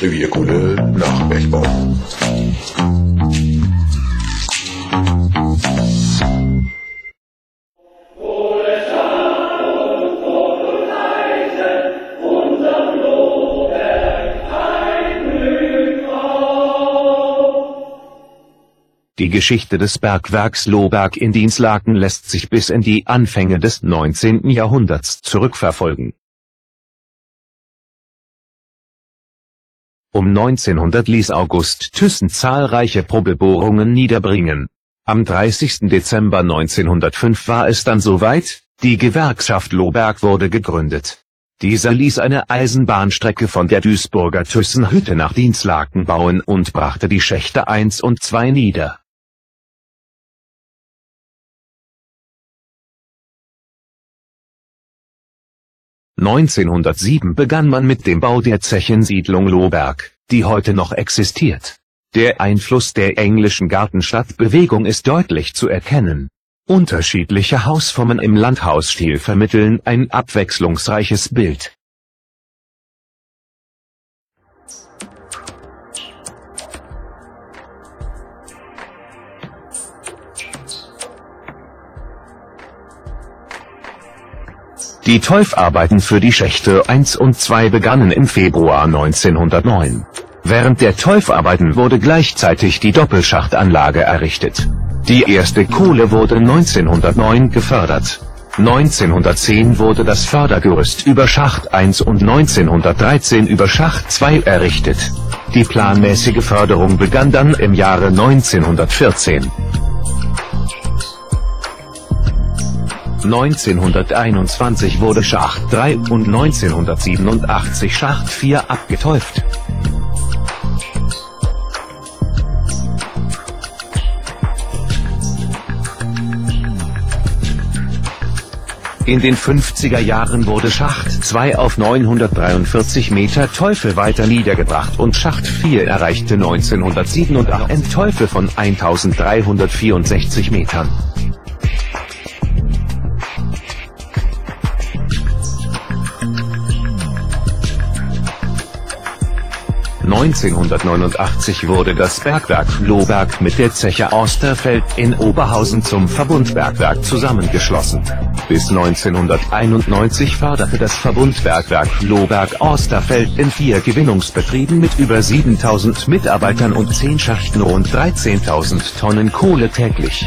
Revierkunde nach Bergbau. Die Geschichte des Bergwerks Lohberg in Dinslaken lässt sich bis in die Anfänge des 19. Jahrhunderts zurückverfolgen. Um 1900 ließ August Thyssen zahlreiche Probebohrungen niederbringen. Am 30. Dezember 1905 war es dann soweit, die Gewerkschaft Lohberg wurde gegründet. Dieser ließ eine Eisenbahnstrecke von der Duisburger Thyssenhütte nach Dinslaken bauen und brachte die Schächte 1 und 2 nieder. (1907) begann man mit dem Bau der Zechensiedlung Lohberg, die heute noch existiert. Der Einfluss der englischen Gartenstadtbewegung ist deutlich zu erkennen. Unterschiedliche Hausformen im Landhausstil vermitteln ein abwechslungsreiches Bild. Die Teufarbeiten für die Schächte 1 und 2 begannen im Februar 1909. Während der Teufarbeiten wurde gleichzeitig die Doppelschachtanlage errichtet. Die erste Kohle wurde 1909 gefördert. 1910 wurde das Fördergerüst über Schacht 1 und 1913 über Schacht 2 errichtet. Die planmäßige Förderung begann dann im Jahre 1914. 1921 wurde Schacht 3 und 1987 Schacht 4 abgeteuft. In den 50er Jahren wurde Schacht 2 auf 943 Meter Teufel weiter niedergebracht und Schacht 4 erreichte 1987 ein Teufel von 1364 Metern. (1989) wurde das Bergwerk Lohberg mit der Zeche Osterfeld in Oberhausen zum Verbundbergwerk zusammengeschlossen. Bis 1991 förderte das Verbundbergwerk Lohberg Osterfeld in 4 Gewinnungsbetrieben mit über 7000 Mitarbeitern und 10 Schachten rund 13.000 Tonnen Kohle täglich.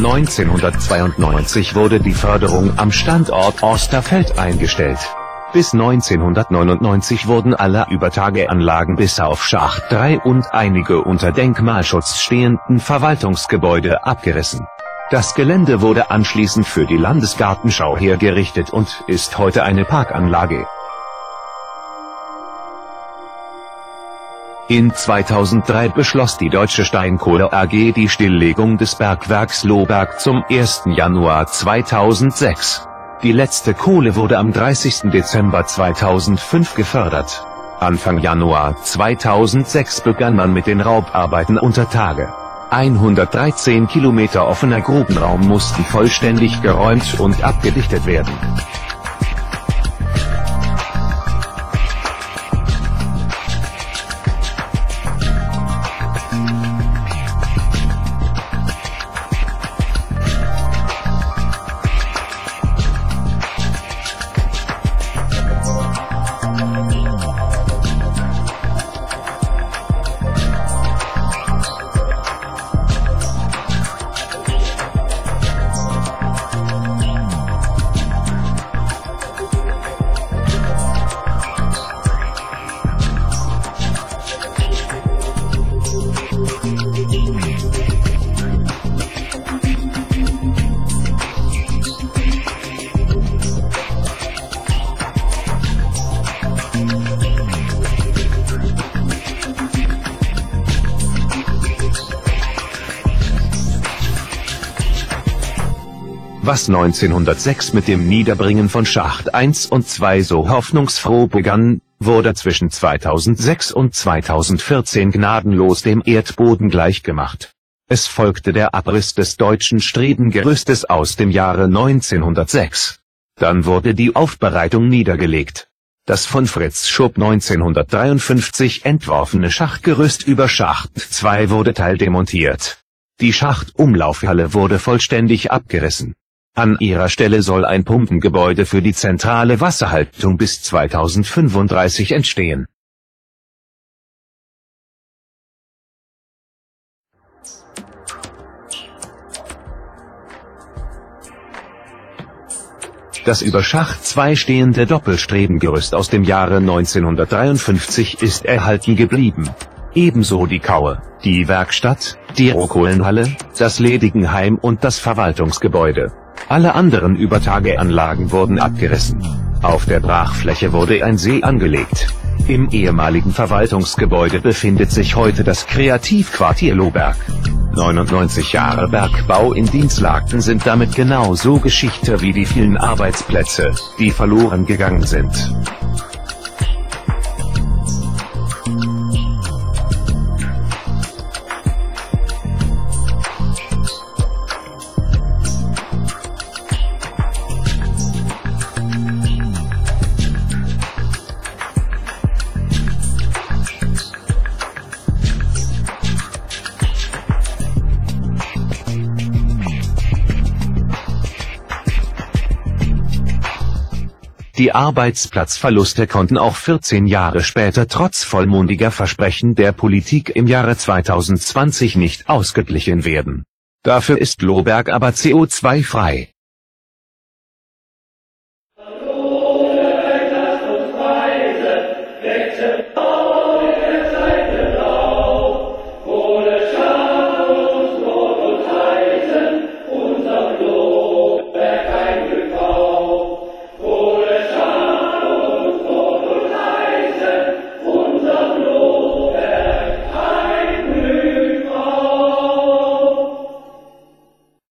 1992 wurde die Förderung am Standort Osterfeld eingestellt. Bis 1999 wurden alle Übertageanlagen bis auf Schacht 3 und einige unter Denkmalschutz stehenden Verwaltungsgebäude abgerissen. Das Gelände wurde anschließend für die Landesgartenschau hergerichtet und ist heute eine Parkanlage. In 2003 beschloss die Deutsche Steinkohle AG die Stilllegung des Bergwerks Lohberg zum 1. Januar 2006. Die letzte Kohle wurde am 30. Dezember 2005 gefördert. Anfang Januar 2006 begann man mit den Raubarbeiten unter Tage. 113 Kilometer offener Grubenraum mussten vollständig geräumt und abgedichtet werden. Was 1906 mit dem Niederbringen von Schacht 1 und 2 so hoffnungsfroh begann, wurde zwischen 2006 und 2014 gnadenlos dem Erdboden gleichgemacht. Es folgte der Abriss des deutschen Strebengerüstes aus dem Jahre 1906. Dann wurde die Aufbereitung niedergelegt. Das von Fritz Schupp 1953 entworfene Schachtgerüst über Schacht 2 wurde teildemontiert. Die Schachtumlaufhalle wurde vollständig abgerissen. An ihrer Stelle soll ein Pumpengebäude für die zentrale Wasserhaltung bis 2035 entstehen. Das über Schacht 2 stehende Doppelstrebengerüst aus dem Jahre 1953 ist erhalten geblieben. Ebenso die Kaue, die Werkstatt, die Rohkohlenhalle, das Ledigenheim und das Verwaltungsgebäude. Alle anderen Übertageanlagen wurden abgerissen. Auf der Brachfläche wurde ein See angelegt. Im ehemaligen Verwaltungsgebäude befindet sich heute das Kreativquartier Lohberg. 99 Jahre Bergbau in Dinslaken sind damit genauso Geschichte wie die vielen Arbeitsplätze, die verloren gegangen sind. Die Arbeitsplatzverluste konnten auch 14 Jahre später trotz vollmundiger Versprechen der Politik im Jahre 2020 nicht ausgeglichen werden. Dafür ist Lohberg aber CO2-frei.